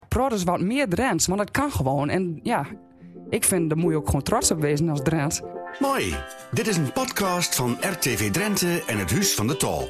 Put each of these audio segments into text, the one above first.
praat eens wat meer Drents, want dat kan gewoon. En ja, ik vind, daar moet je ook gewoon trots op wezen als Drents. Mooi, dit is een podcast van RTV Drenthe en het Huis van de Tol.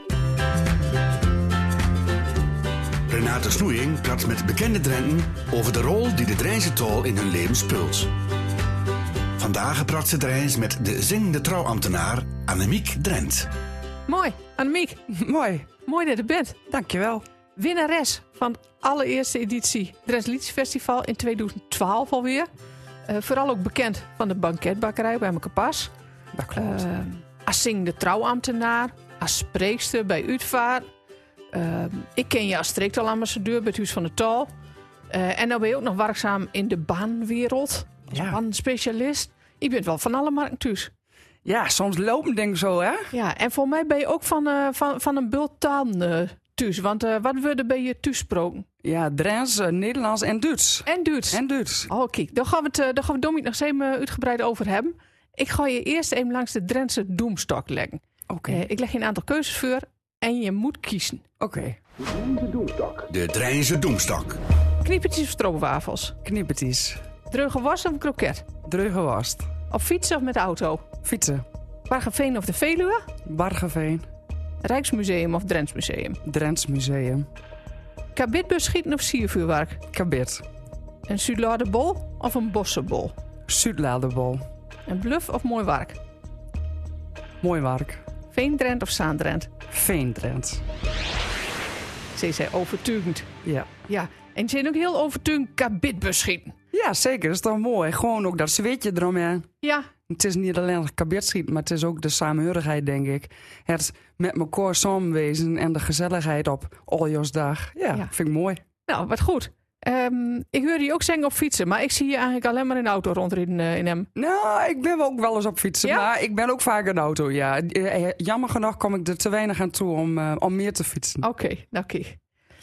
Renate Snoeing praat met bekende Drenten over de rol die de Drijnse tol in hun leven speelt. Vandaag praat ze Drijns met de zingende trouwambtenaar Annemiek Drent. Mooi, Annemiek. Mooi, Mooi dat je er bent. dankjewel. Winnares van de allereerste editie Drents Liedjesfestival in 2012 alweer. Vooral ook bekend van de banketbakkerij bij Emmerkepas. Dat klopt. Als zingende trouwambtenaar, als spreekster bij Uitvaart. Ik ken je als streektalambassadeur bij het Huis van de Tol. En dan ben je ook nog werkzaam in de baanwereld. Als Ja. baanspecialist. Je bent wel van alle markten thuis. Ja, soms lopen denk ik zo, hè? Ja, en voor mij ben je ook van een bult taal thuis. Want wat worden bij je thuissproken? Ja, Drents, Nederlands en Duits. En Duits. En Duits. Oh, kijk, daar gaan we het Dominique nog eens even uitgebreid over hebben. Ik ga je eerst even langs de Drentse doemstok leggen. Oké. Ik leg je een aantal keuzes voor en je moet kiezen. Oké. De Drijnse Doemstok. Kniepertjes of stroopwafels? Knippertjes. Dreuge worst of een kroket? Dreuge worst. Op fietsen of met de auto? Fietsen. Bargeveen of de Veluwe? Bargeveen. Rijksmuseum of Drents Museum? Drents Museum. Kabitbus schieten of siervuurwerk? Kabit. Een Zuidlaarderbol of een bossenbol? Zuidladerbol. Een bluff of mooi werk? Mooi werk. Veendrent of Zaandrent? Veendrent. Ze zei overtuigend. Ja. Ja, en ze zijn ook heel overtuigend kabitbus schieten. Ja, zeker. Dat is toch mooi. Gewoon ook dat zweetje eromheen. Ja, Het is niet alleen het kabit schieten, maar het is ook de samenhorigheid, denk ik. Het met elkaar samenwezen en de gezelligheid op Oljosdag. Ja, Ja. vind ik mooi. nou, wat goed. Ik hoorde je ook zingen op fietsen, maar ik zie je eigenlijk alleen maar in de auto rondrijden in hem. Nou, ik ben ook wel eens op fietsen, Ja? maar ik ben ook vaak in de auto, ja. Jammer genoeg kom ik er te weinig aan toe om meer te fietsen. Oké, nou kijk.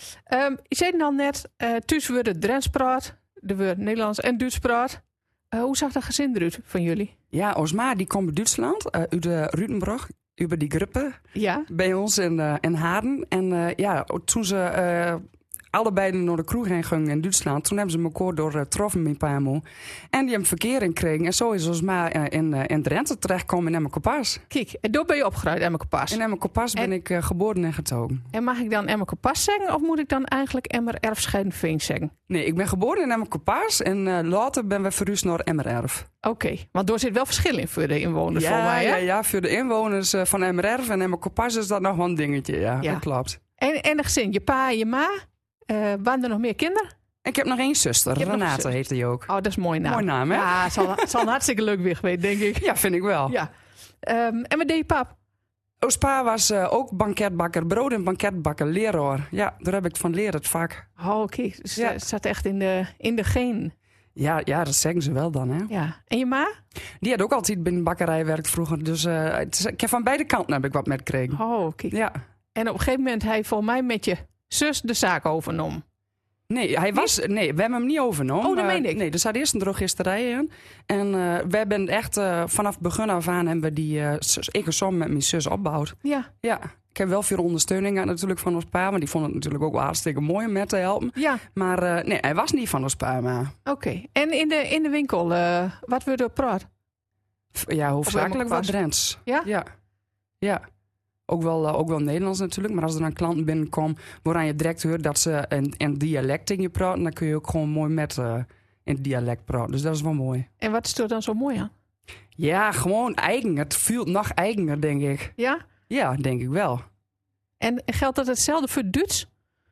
Je zei al net, thuis wordt het Drents praat, er wordt Nederlands en Duits praat. Hoe zag dat gezin eruit van jullie? Ja, Osma, die komt uit Duitsland, uit de Rutenbrug, over die gruppe, Ja? bij ons in Haarden. En ja, toen ze allebei naar de kroeg heen gingen in Duitsland, toen hebben ze elkaar door troffen met Pamo. En die hebben verkering gekregen. En zo is Osma in Drenthe terechtgekomen in Emmerkepas. Kijk, en daar ben je opgegroeid, Emmerkepas. In Emmerkepas ben ik geboren en getogen. En mag ik dan Emmerkepas zeggen of moet ik dan eigenlijk Emmer-Erf Scheidenveen zeggen? Nee, ik ben geboren in Emmerkepas en later ben we verhuisd naar Emmererf. Oké, want er zit wel verschil in voor de inwoners voor mij, hè? ja, voor de inwoners van Emmererf en Emmerkepas is dat nog wel een dingetje. Ja, Ja. dat klopt. En een gezin, je pa en je ma. Waren er nog meer kinderen? Ik heb nog één zuster, Je hebt nog een Renate zus. heet die ook. Oh, dat is een mooie naam. Mooi naam, hè? Ja, zal een hartstikke leuk weer geweest, denk ik. Ja, vind ik wel. Ja. En wat deed je pap? Oospa was ook banketbakker, brood- en banketbakker, leraar. Ja, daar heb ik van leren, het vak. Oh, oké. Dus Ja. het zat echt in de geen. Ja, dat zeggen ze wel dan, hè. Ja. En je ma? Die had ook altijd binnen bakkerij gewerkt vroeger. Dus ik heb van beide kanten heb ik wat met gekregen. Oh, oké. Ja. En op een gegeven moment hij volgens mij met je zus de zaak overnomen. Nee, we hebben hem niet overnomen. Oh, dat meen ik. Nee, er zat eerst een drogisterij in. En we hebben echt vanaf het begin af aan hebben we die ik samen met mijn zus opgebouwd. Ja. Ja, ik heb wel veel ondersteuning gehad natuurlijk van ons pa. Want die vond het natuurlijk ook wel hartstikke mooi om met te helpen. Ja, Maar nee, hij was niet van ons pa. Maar oké. En in de winkel, wat wordt er praat? ja, hoofdzakelijk wat Emmerkepas. Drents. Ja? Ja. Ook wel Nederlands natuurlijk. Maar als er dan klanten binnenkomen waaraan je direct hoort dat ze een dialect in je praten, dan kun je ook gewoon mooi met in het dialect praten. Dus dat is wel mooi. En wat is er dan zo mooi aan? Ja, gewoon eigen. Het voelt nog eigener, denk ik. Ja? Ja, denk ik wel. En geldt dat hetzelfde voor Duits?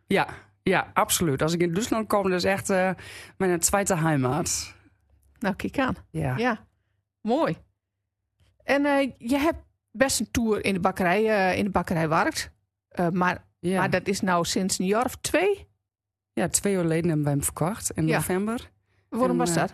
Ja, absoluut. Als ik in Duitsland kom, dat is echt mijn tweede heimat. Nou, kijk aan. Ja. Ja, mooi. En je hebt best een tour in de bakkerij werkt. Maar dat is nou sinds een jaar of 2? Ja, 2 jaar geleden hebben wij hem verkocht in Ja. november. Waarom En, was dat?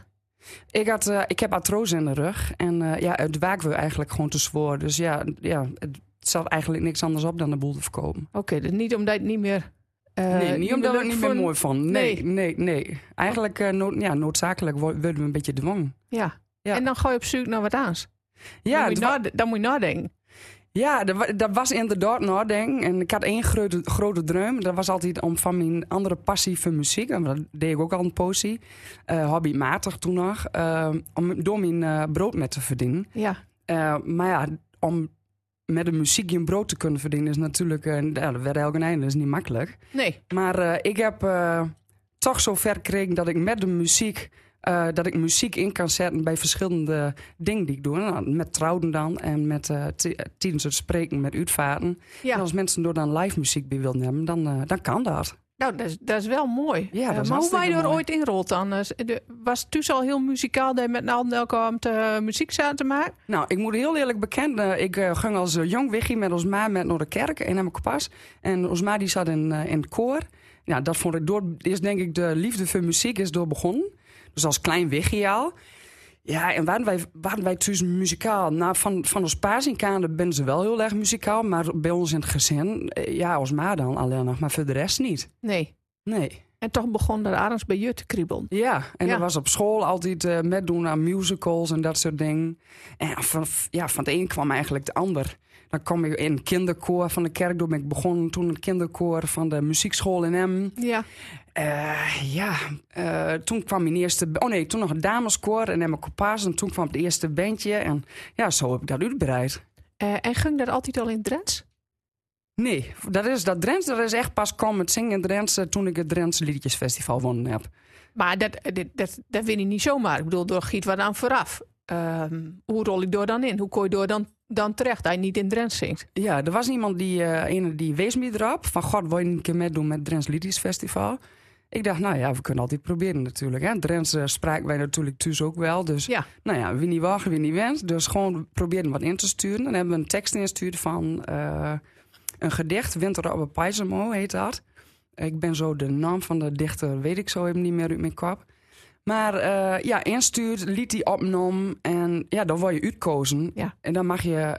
Ik heb artrose in de rug. En het waak we eigenlijk gewoon te zwaar. Dus ja, het zat eigenlijk niks anders op dan de boel te verkopen. Oké, dus niet omdat je het niet meer... nee, niet omdat we het niet meer mooi vonden. Nee. Nee. Eigenlijk noodzakelijk worden we een beetje dwang. Ja. Ja. En dan ga je op zoek naar wat aans. Ja, Dan moet je nadenken. Ja, dat was inderdaad nadenken. En ik had één grote droom. Dat was altijd om van mijn andere passie voor muziek. En dat deed ik ook al een potie. Hobbymatig toen nog. Om door mijn brood met te verdienen. Ja. Maar ja, om met de muziek je brood te kunnen verdienen is natuurlijk... dat werd elke einde, dat is niet makkelijk. Nee. Maar ik heb toch zo ver gekregen dat ik met de muziek... dat ik muziek in kan zetten bij verschillende dingen die ik doe. Nou, met trouwen dan en met tijdens het spreken met uitvaarten. Ja. En als mensen door dan live muziek bij willen hebben, dan kan dat. Nou, dat is wel mooi. Ja, dat is maar hoe ben je er mooi. ooit ingerold dan? Was het dus al heel muzikaal dat je met elkaar om muziek zaten te maken? Nou, ik moet heel eerlijk bekennen. Ik ging als jong wiggie met ons ma met naar de kerk en naar mijn pas. En ons ma die zat in het koor. Ja, dat vond ik is denk ik de liefde voor muziek is door begonnen. Dus als klein wiggie al. Ja, en waren wij thuis muzikaal? Nou, van ons paasinkade ben ze wel heel erg muzikaal. Maar bij ons in het gezin, ja, ons ma dan alleen nog. Maar voor de rest niet. Nee. Nee. En toch begon er aardig bij je te kriebelen. Ja, en Ja. dat was op school altijd metdoen aan musicals en dat soort dingen. En van het een kwam eigenlijk het ander. Dan kwam ik in het kinderkoor van de kerk. Toen ben ik begonnen toen het kinderkoor van de muziekschool in Emmen. Ja. Toen kwam mijn eerste... toen nog een dameskoor en mijn kompas. En toen kwam het eerste bandje. En ja, zo heb ik dat uitbreid. En ging dat altijd al in Drents? Nee, dat Drents, dat is echt pas komen met zingen in Drents... toen ik het Drents Liedjesfestival gewonnen heb. Maar dat weet je niet zomaar. Ik bedoel, door giet wat aan vooraf. Hoe rol ik door dan in? Hoe kon je door dan terecht dat je niet in Drents zingt? Ja, er was iemand die wees me erop. Van, god, wil je een keer meedoen met het Drents Liedjesfestival? Ik dacht, nou ja, we kunnen altijd proberen natuurlijk. Hè. Drents spraken wij natuurlijk thuis ook wel. Dus Ja. nou ja, wie niet wacht, wie niet wenst. Dus gewoon proberen wat in te sturen. Dan hebben we een tekst ingestuurd van een gedicht. Winter op een Pijzemo heet dat. Ik ben zo de naam van de dichter, weet ik zo even niet meer uit mijn kop. Maar instuurt, liet die opnam en ja, dan word je uitkozen. Ja. En dan mag je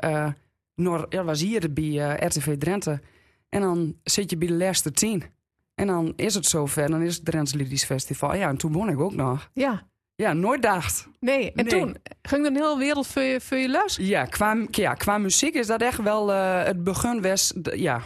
was hier bij RTV Drenthe. En dan zit je bij de laatste 10. En dan is het zover, dan is het Drents Liedjesfestival. Ja, en toen won ik ook nog. Ja. Ja, nooit dacht. Nee. En Nee. toen ging er een hele wereld voor je los? Ja, qua muziek is dat echt wel het begin was. Ja.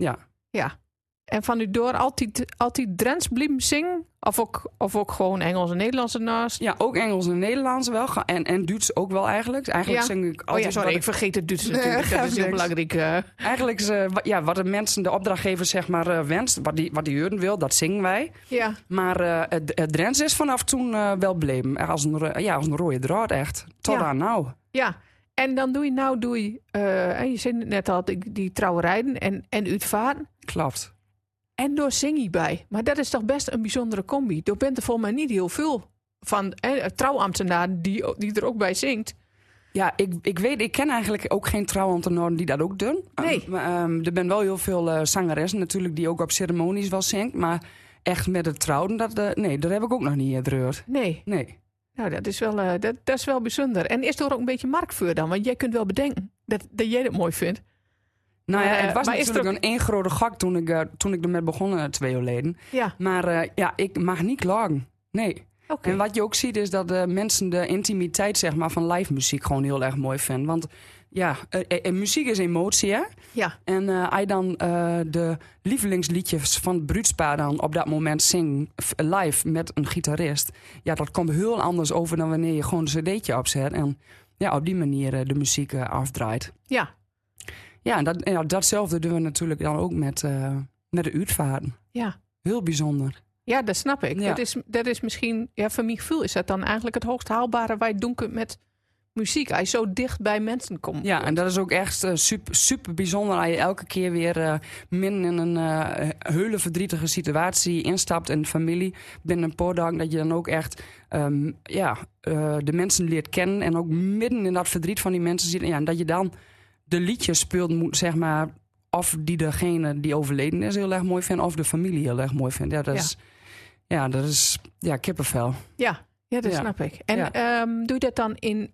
Ja. En van u door altijd Drents blijven zingen? Of ook gewoon Engels en Nederlands ernaast? Ja, ook Engels en Nederlands wel. En Duits ook wel eigenlijk. Eigenlijk Ja. zing ik Oh altijd... ja, sorry, ik vergeet het Duits natuurlijk. geeft Dat is heel niks. belangrijk. Eigenlijk is wat de mensen, de opdrachtgever zeg maar wenst, wat die horen wil, dat zingen wij. Ja. Maar het Drents is vanaf toen wel bleven. Als een rode draad echt. Tot Ja. aan nou. Ja. En dan doe je en je zei net al, die trouwerijen en uitvaarten. Klopt. En door zing je bij. Maar dat is toch best een bijzondere combi. Er bent er volgens mij niet heel veel van trouwambtenaren die er ook bij zingt. Ja, ik ken eigenlijk ook geen trouwambtenaren die dat ook doen. Nee. Er zijn wel heel veel zangeressen natuurlijk die ook op ceremonies wel zingt. Maar echt met het trouwen, dat heb ik ook nog niet gedreurd. Nee. Nee. Nou, dat is wel, dat is wel bijzonder. En is er ook een beetje markt voor dan? Want jij kunt wel bedenken dat jij dat mooi vindt. Nou ja, het was maar is er natuurlijk een één grote gak toen ik ermee begon 2 jaar geleden. Ja. Maar ik mag niet klagen. Nee. Oké. En wat je ook ziet is dat mensen de intimiteit zeg maar, van live muziek gewoon heel erg mooi vinden. Want ja, muziek is emotie, hè? Ja. En als je dan de lievelingsliedjes van het bruidspaar dan op dat moment zingt live met een gitarist. Ja, dat komt heel anders over dan wanneer je gewoon een cd'tje opzet. En ja, op die manier de muziek afdraait. Ja. Ja, en datzelfde doen we natuurlijk dan ook met de uitvaarten. Ja. Heel bijzonder. Ja, dat snap ik. Ja. Dat is misschien, ja, voor mijn gevoel is dat dan eigenlijk het hoogst haalbare waar je het doen kunt met muziek. Als je zo dicht bij mensen komt. Ja, en dat is ook echt super, super bijzonder als je elke keer weer midden in een hele verdrietige situatie instapt in de familie. Binnen een paar dagen dat je dan ook echt de mensen leert kennen. En ook midden in dat verdriet van die mensen ziet. Ja, en dat je dan de liedjes speelt, moet zeg maar, of die degene die overleden is heel erg mooi vindt, of de familie heel erg mooi vindt. Dat is kippenvel. Ja, dat Ja. snap ik. En Ja. doe je dat dan in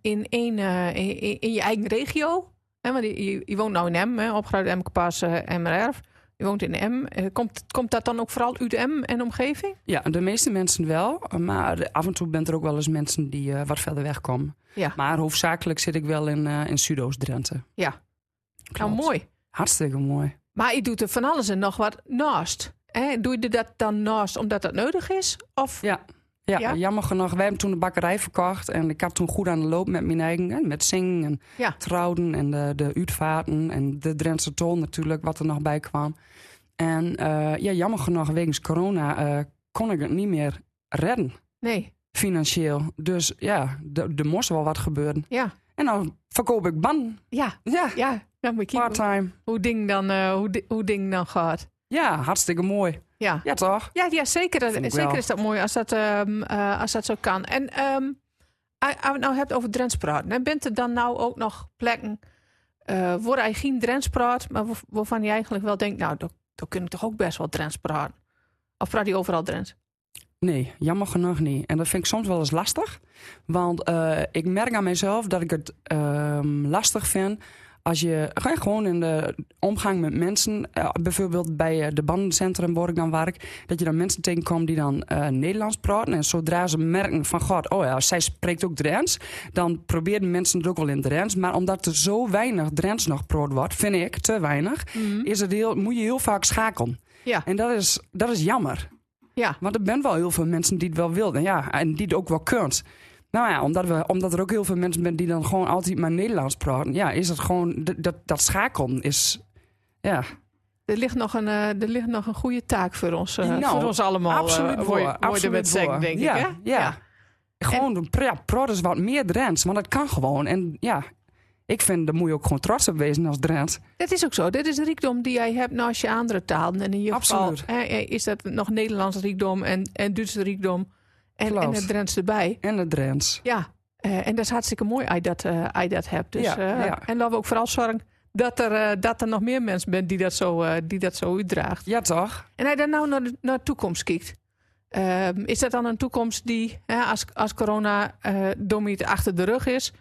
je eigen regio? Want je woont nou in Emmen, opgeruimd Emmenpas, Emmererf. Je woont in Emmen. Komt dat dan ook vooral uit Emmen en omgeving? Ja, de meeste mensen wel. Maar af en toe bent er ook wel eens mensen die wat verder weg komen. Ja. Maar hoofdzakelijk zit ik wel in Zuidoost-Drenthe. Ja. Nou, mooi. Hartstikke mooi. Maar je doet er van alles en nog wat naast. Hè? Doe je dat dan naast omdat dat nodig is? Of? Ja, jammer genoeg. Wij hebben toen de bakkerij verkocht. En ik had toen goed aan de loop met mijn eigen. Hè, met zingen en trouwen en de uitvaarten. En de Drentse tol natuurlijk, wat er nog bij kwam. En jammer genoeg, wegens corona kon ik het niet meer redden. Nee. Financieel. Dus ja, er moest wel wat gebeuren. Ja. En dan verkoop ik ban. Ja. Dan moet je Part-time. Hoe ding dan gaat. Ja, hartstikke mooi. Ja, ja toch? Ja, zeker. Zeker is dat mooi als dat zo kan. En als je het nou hebt over Drents praten. En bent er dan nou ook nog plekken waar je geen Drents praat, maar waarvan je eigenlijk wel denkt, nou, daar kun ik toch ook best wel Drents praten? Of praat je overal Drents? Nee, jammer genoeg niet. En dat vind ik soms wel eens lastig. Want ik merk aan mezelf dat ik het lastig vind als je gewoon in de omgang met mensen, bijvoorbeeld bij de bandencentrum waar ik dan werk, dat je dan mensen tegenkomt die dan Nederlands praten. En zodra ze merken van, god, oh ja, zij spreekt ook Drents, dan proberen mensen het ook wel in Drents. Maar omdat er zo weinig Drents nog gepraat wordt, vind ik, te weinig, moet je heel vaak schakelen. Ja. En dat is jammer. Ja. Want er zijn wel heel veel mensen die het wel wilden. En die het ook wel kunnen. Nou ja, omdat er ook heel veel mensen zijn die dan gewoon altijd maar Nederlands praten. Ja, is het gewoon, dat schakelen is, ja. Er ligt nog een goede taak voor ons, voor ons allemaal. Absoluut absoluut met zeggen, denk ik. Hè? Ja. Gewoon, praat eens wat meer Drents. Want dat kan gewoon. En ja, ik vind, daar moet je ook gewoon trots op wezen als Drents. Dat is ook zo. Dit is de rijkdom die jij hebt naast je andere talen. En in je geval is dat nog Nederlands rijkdom en Duits rijkdom. En het Drents erbij. En het Drents. Ja, en dat is hartstikke mooi als je dat hebt. Dus, en laten we ook vooral zorgen dat er nog meer mensen zijn die dat zo uitdraagt. Ja, toch? En als je dan nou naar de toekomst kijkt. Is dat dan een toekomst die, als corona dominant achter de rug is...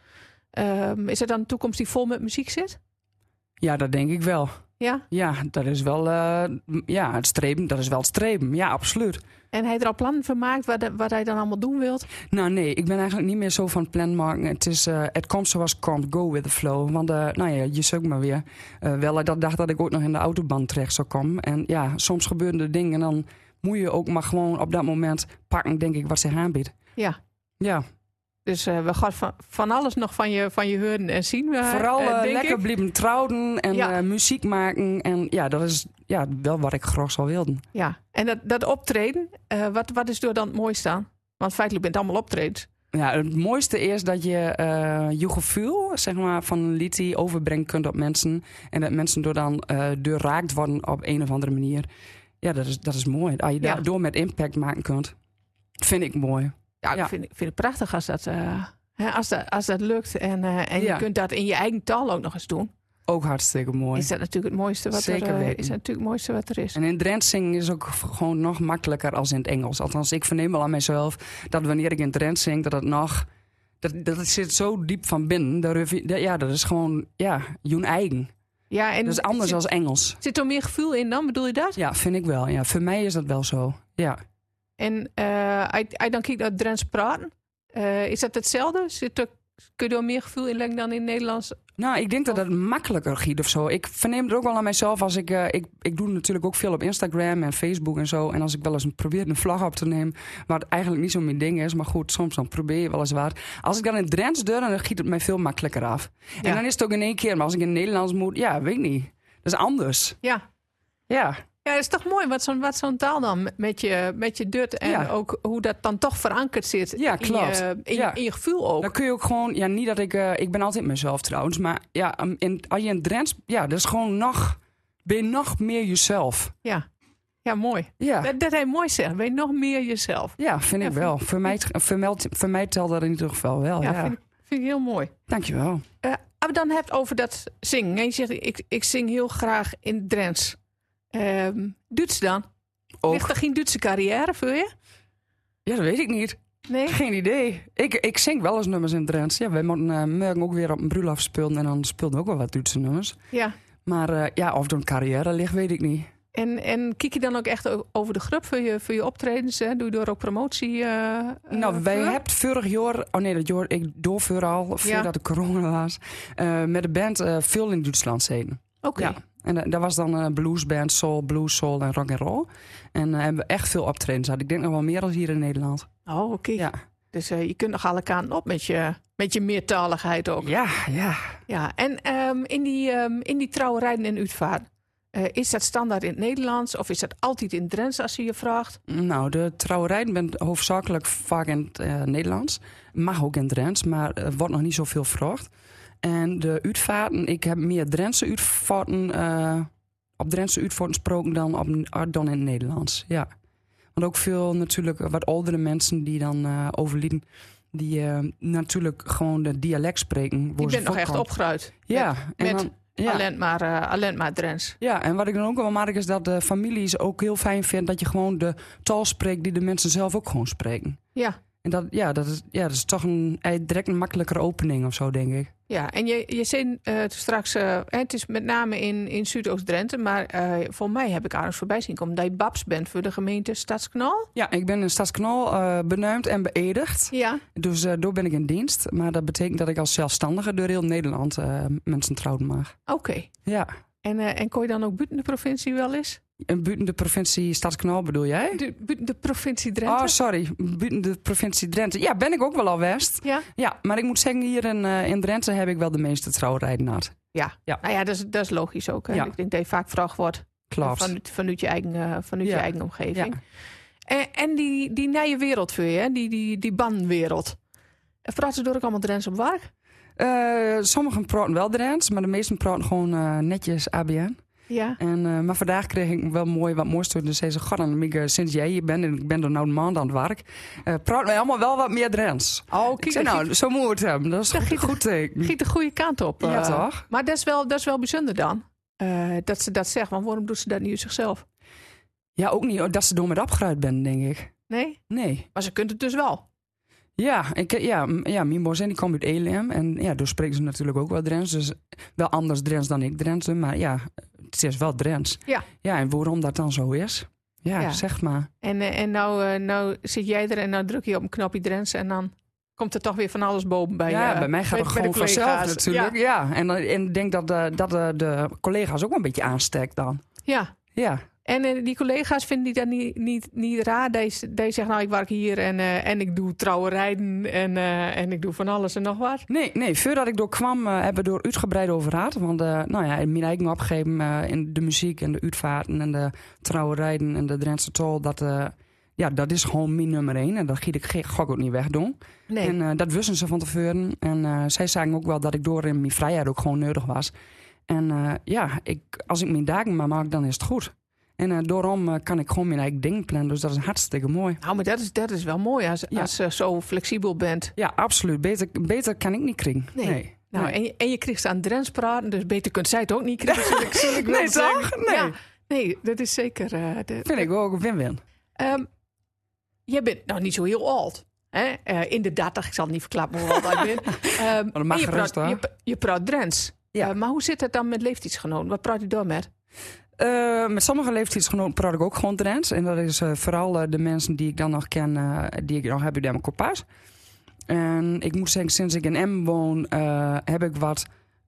is het dan een toekomst die vol met muziek zit? Ja, dat denk ik wel. Ja? Ja, dat is wel het streven. Dat is wel het streven. Ja, absoluut. En hij er al plannen voor maakt wat hij dan allemaal doen wilt? Nou nee, ik ben eigenlijk niet meer zo van plan maken. Het is, het komt zoals het komt. Go with the flow. Want je zoekt maar weer. Wel, dat dacht dat ik ook nog in de autobahn terecht zou komen. En ja, soms gebeuren er dingen en dan moet je ook maar gewoon op dat moment pakken, denk ik, wat zich aanbiedt. Ja. Ja. Dus we gaan van alles nog van je horen en zien. Vooral lekker blijven trouwen en muziek maken. En ja, dat is wel wat ik graag zou wilden. Ja, en dat optreden, wat is door dan het mooiste aan? Want feitelijk bent het allemaal optredens. Ja, het mooiste is dat je je gevoel, zeg maar, van een liedje overbrengen kunt op mensen. En dat mensen door raakt worden op een of andere manier. Ja, dat is mooi. Als je daardoor met impact maken kunt. Vind ik mooi. Ja, ik vind het prachtig als dat lukt. En je kunt dat in je eigen taal ook nog eens doen. Ook hartstikke mooi. Is dat natuurlijk het mooiste wat er is. En in Drents zingen is ook gewoon nog makkelijker als in het Engels. Althans, ik verneem wel aan mezelf dat wanneer ik in Drents zing, dat het nog... Dat het zit zo diep van binnen. Dat is gewoon, je eigen. Ja, en dat is anders dan Engels. Zit er meer gevoel in dan? Bedoel je dat? Ja, vind ik wel. Ja, voor mij is dat wel zo. Ja. En als je dan kijkt naar Drents praten, is dat hetzelfde? Kun je er meer gevoel in leggen dan in het Nederlands? Nou, ik denk dat het makkelijker giet of zo. Ik verneem het ook wel aan mijzelf als ik doe natuurlijk ook veel op Instagram en Facebook en zo. En als ik wel eens probeer een vlog op te nemen, wat eigenlijk niet zo mijn ding is. Maar goed, soms dan probeer je wel eens wat. Als ik dan in Drents doe, dan giet het mij veel makkelijker af. Ja. En dan is het ook in één keer. Maar als ik in het Nederlands moet, weet ik niet. Dat is anders. Ja. Ja. Ja, dat is toch mooi wat zo'n taal dan met je dut en ook hoe dat dan toch verankerd zit in je gevoel ook. Dan kun je ook gewoon, niet dat ik ben altijd mezelf trouwens, maar als je in Drents, dat is gewoon ben je nog meer jezelf. Ja, mooi. Ja. Dat hij mooi zegt, ben je nog meer jezelf. Ja, vind ik wel. Voor mij telt dat in ieder geval wel. Ja. Vind ik heel mooi. Dankjewel. Als we dan hebt over dat zingen, en je zegt ik zing heel graag in Drents. Duits dan? Ook. Ligt er geen Duitse carrière voor je? Ja, dat weet ik niet. Nee? Geen idee. Ik zing wel eens nummers in Drents. Ja, wij moeten morgen ook weer op een bruiloft spelen en dan speelden we ook wel wat Duitse nummers. Ja. Maar of er een carrière ligt, weet ik niet. En kijk je dan ook echt over de grub voor je optredens? Hè? Doe je door ook promotie? Wij hebben vorig jaar... Oh nee, dat jaar ik door vooral, voordat de corona was... met de band veel in Duitsland zitten. Oké. Ja. En daar was dan een bluesband, soul, blues, soul en rock and roll. En hebben we echt veel optredens gehad. Ik denk nog wel meer dan hier in Nederland. Oh, oké. Ja. Dus je kunt nog alle kanten op met je meertaligheid ook. Ja. Ja. En in die trouwerijden en uitvaart... is dat standaard in het Nederlands of is dat altijd in het Drents als je vraagt? Nou, de trouwerijden ben hoofdzakelijk vaak in het Nederlands. Mag ook in het Drents, maar er wordt nog niet zoveel gevraagd. En de uitvaarten, ik heb meer Drentse uitvaarten, op Drentse uitvaarten gesproken dan in het Nederlands. Ja. Want ook veel natuurlijk wat oudere mensen die dan overlijden, die natuurlijk gewoon de dialect spreken. Die bent nog echt opgeruid. Ja. Alleen maar Drents. Ja, en wat ik dan ook wel merk is dat de families ook heel fijn vinden dat je gewoon de taal spreekt die de mensen zelf ook gewoon spreken. Ja. En dat is toch direct een makkelijkere opening of zo, denk ik. Ja, en je zei straks, het is met name in Zuidoost-Drenthe, maar voor mij heb ik aardig voorbij zien komen dat je babs bent voor de gemeente Stadskanaal. Ja, ik ben in Stadskanaal benoemd en beëdigd. Ja. Dus door ben ik in dienst. Maar dat betekent dat ik als zelfstandige door heel Nederland mensen trouwen mag. Oké. Ja. En kon je dan ook buiten de provincie wel eens? En buiten de provincie Stadskanaal bedoel jij? Buiten de provincie Drenthe? Oh, sorry. Buiten de provincie Drenthe. Ja, ben ik ook wel al West. Ja? Ja, maar ik moet zeggen, hier in Drenthe heb ik wel de meeste trouwerijden gehad. Ja. Nou ja, dat is logisch ook. Hè? Ja. Ik denk dat je vaak gevraagd wordt vanuit je eigen omgeving. Ja. En die nieuwe wereld voor je, hè? Die banwereld. Praten ze door ook allemaal Drents op werk? Sommigen praten wel Drents, maar de meesten praten gewoon netjes ABN. Ja. Maar vandaag kreeg ik wel wat moois toe. Dus zei ze, god, sinds jij hier bent en ik ben er nou een maand aan het werk, praten wij allemaal wel wat meer Drents. Oh, kijk, ik zei, zo moet het hebben. Dat is een goed teken. Giet de goede kant op. Ja, toch? Maar dat is wel bijzonder dan. Dat ze dat zegt, want waarom doet ze dat niet zichzelf? Ja, ook niet dat ze door met opgeruid ben, denk ik. Nee. Maar ze kunt het dus wel. Ja, mijn boos die komt uit Elim. En ja, daar spreken ze natuurlijk ook wel Drents. Dus wel anders Drents dan ik Drents. Maar ja, het is wel Drents. Ja. Ja, en waarom dat dan zo is? Ja. Zeg maar. En nou zit jij er en nou druk je op een knopje Drents en dan komt er toch weer van alles boven bij. Ja, bij mij gaat het gewoon vanzelf natuurlijk. Ja. En ik denk dat de collega's ook een beetje aanstekt dan. Ja. En die collega's vinden die dat niet raar? Die zeggen, nou, ik werk hier en ik doe trouwerijden en ik doe van alles en nog wat. Nee. Voordat ik door kwam, hebben we door uitgebreid over gehad. Want in mijn eigen opgeven in de muziek en de uitvaarten en de trouwerijden en de Drentse taal, dat is gewoon mijn nummer 1. En dat ga ik ook niet wegdoen. Nee. En dat wisten ze van tevoren. En zij zagen ook wel dat ik door in mijn vrijheid ook gewoon nodig was. En als ik mijn dagen maar maak, dan is het goed. En daarom kan ik gewoon mijn eigen ding plannen. Dus dat is hartstikke mooi. Nou, maar dat is wel mooi als je zo flexibel bent. Ja, absoluut. Beter kan ik niet krijgen. Nee. Nou, en je krijgt aan Drents praten, dus beter kunt zij het ook niet krijgen. Zul ik nee, toch? Nee. Ja, nee, dat is zeker... Vind ik ook een win-win. Jij bent nog niet zo heel oud. Hè? In de 30, ik zal het niet verklappen hoe oud ik ben. Maar dat mag gerust, hoor. Je praat Drents. Ja. Maar hoe zit het dan met leeftijdsgenoten? Wat praat je daar met? Met sommige leeftijdsgenoten praat ik ook gewoon Drents. En dat is vooral de mensen die ik dan nog ken, die ik nog heb in mijn kompas. En ik moet zeggen, sinds ik in Emmen woon, heb ik wat...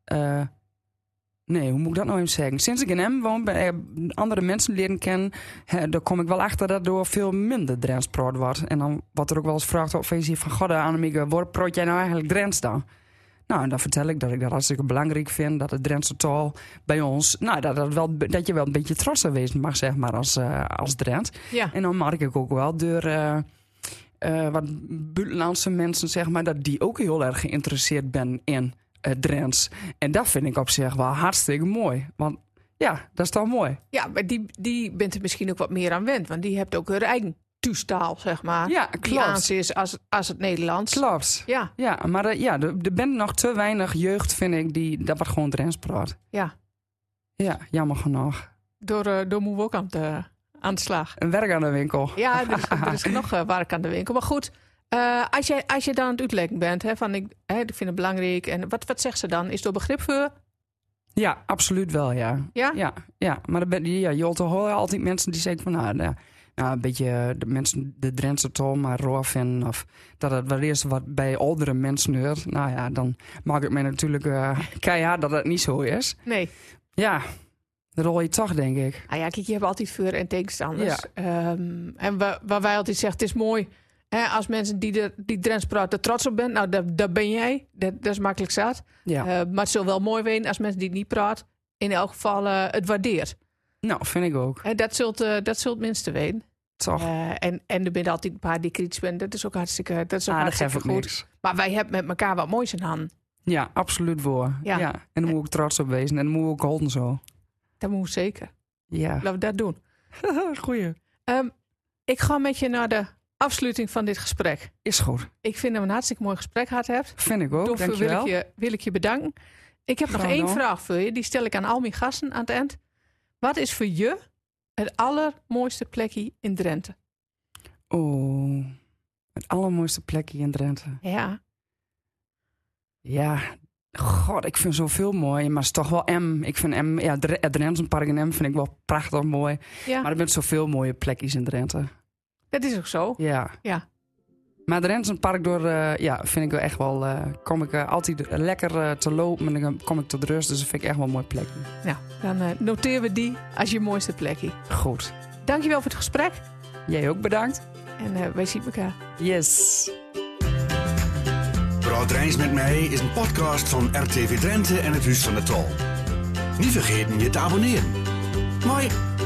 hoe moet ik dat nou even zeggen? Sinds ik in Emmen woon, andere mensen leren kennen, daar kom ik wel achter dat door veel minder Drents praat wordt. En dan wordt er ook wel eens gevraagd op Facebook van, god Annemieke, waar praat jij nou eigenlijk Drents dan? Nou, en dan vertel ik dat ik dat hartstikke belangrijk vind. Dat de Drentse taal bij ons... Nou, dat je wel een beetje trots wezen mag, zeg maar, als Drent. Ja. En dan merk ik ook wel door wat buitenlandse mensen, zeg maar, dat die ook heel erg geïnteresseerd ben in Drents. En dat vind ik op zich wel hartstikke mooi. Want ja, dat is toch mooi. Ja, maar die bent er misschien ook wat meer aan wend. Want die hebt ook hun eigen thuistaal, zeg maar. Ja, klopt. Die aan is als het Nederlands. Klopt. Ja, maar er bent nog te weinig jeugd, vind ik, dat wat gewoon Drents praat. Ja. Ja, jammer genoeg. Door moeten we ook aan de slag. Een werk aan de winkel. Ja, er is nog werk aan de winkel. Maar goed, als je dan aan het uitleggen bent, ik vind het belangrijk. En wat zegt ze dan? Is er begrip voor? Ja, absoluut wel, ja. Ja? Ja. Maar je hoort altijd mensen die zeggen van... Nou, een beetje de mensen, de Drentse taal, maar raar vinden. Of dat het wel eerst wat bij oudere mensen hoort. Nou ja, dan maakt het mij natuurlijk keihard dat het niet zo is. Nee. Ja, dat rol je toch, denk ik. Ah ja, kijk, je hebt altijd voor- en tegenstanders. Ja. En waar wij altijd zeggen, het is mooi... Hè, als mensen die Drents praten trots op zijn, nou, dat ben jij. Dat is makkelijk zat. Ja. Maar het zou wel mooi zijn als mensen die het niet praten... in elk geval het waardeert. Nou, vind ik ook. Dat zult minste weten. Toch. En er zijn altijd een paar die kritisch zijn. Dat is ook hartstikke, geeft goed. Niks. Maar wij hebben met elkaar wat moois in handen. Ja, absoluut voor. Ja. En daar moet ik trots op wezen. En dan moet ik ook holden zo. Dat moeten we zeker. Ja. Laten we dat doen. Goeie. Ik ga met je naar de afsluiting van dit gesprek. Is goed. Ik vind dat we een hartstikke mooi gesprek gehad hebben. Vind ik ook, dankjewel. Wil ik je bedanken. Ik heb nog één vraag voor je. Die stel ik aan al mijn gasten aan het eind. Wat is voor je het allermooiste plekje in Drenthe? Oh, het allermooiste plekje in Drenthe. Ja. Ja, god, ik vind zoveel mooi. Maar het is toch wel M. Ik vind M, ja, het Drentenpark in M vind ik wel prachtig mooi. Ja. Maar er zijn zoveel mooie plekjes in Drenthe. Dat is ook zo. Ja. Ja. Maar het Drentenpark door, vind ik wel echt wel... kom ik altijd lekker te lopen en dan kom ik tot rust. Dus dat vind ik echt wel een mooi plekje. Nou, dan noteren we die als je mooiste plekje. Goed. Dankjewel voor het gesprek. Jij ook bedankt. En wij zien elkaar. Yes. Praat Drijns met mij is een podcast van RTV Drenthe en het Huis van de Tol. Niet vergeten je te abonneren. Mooi.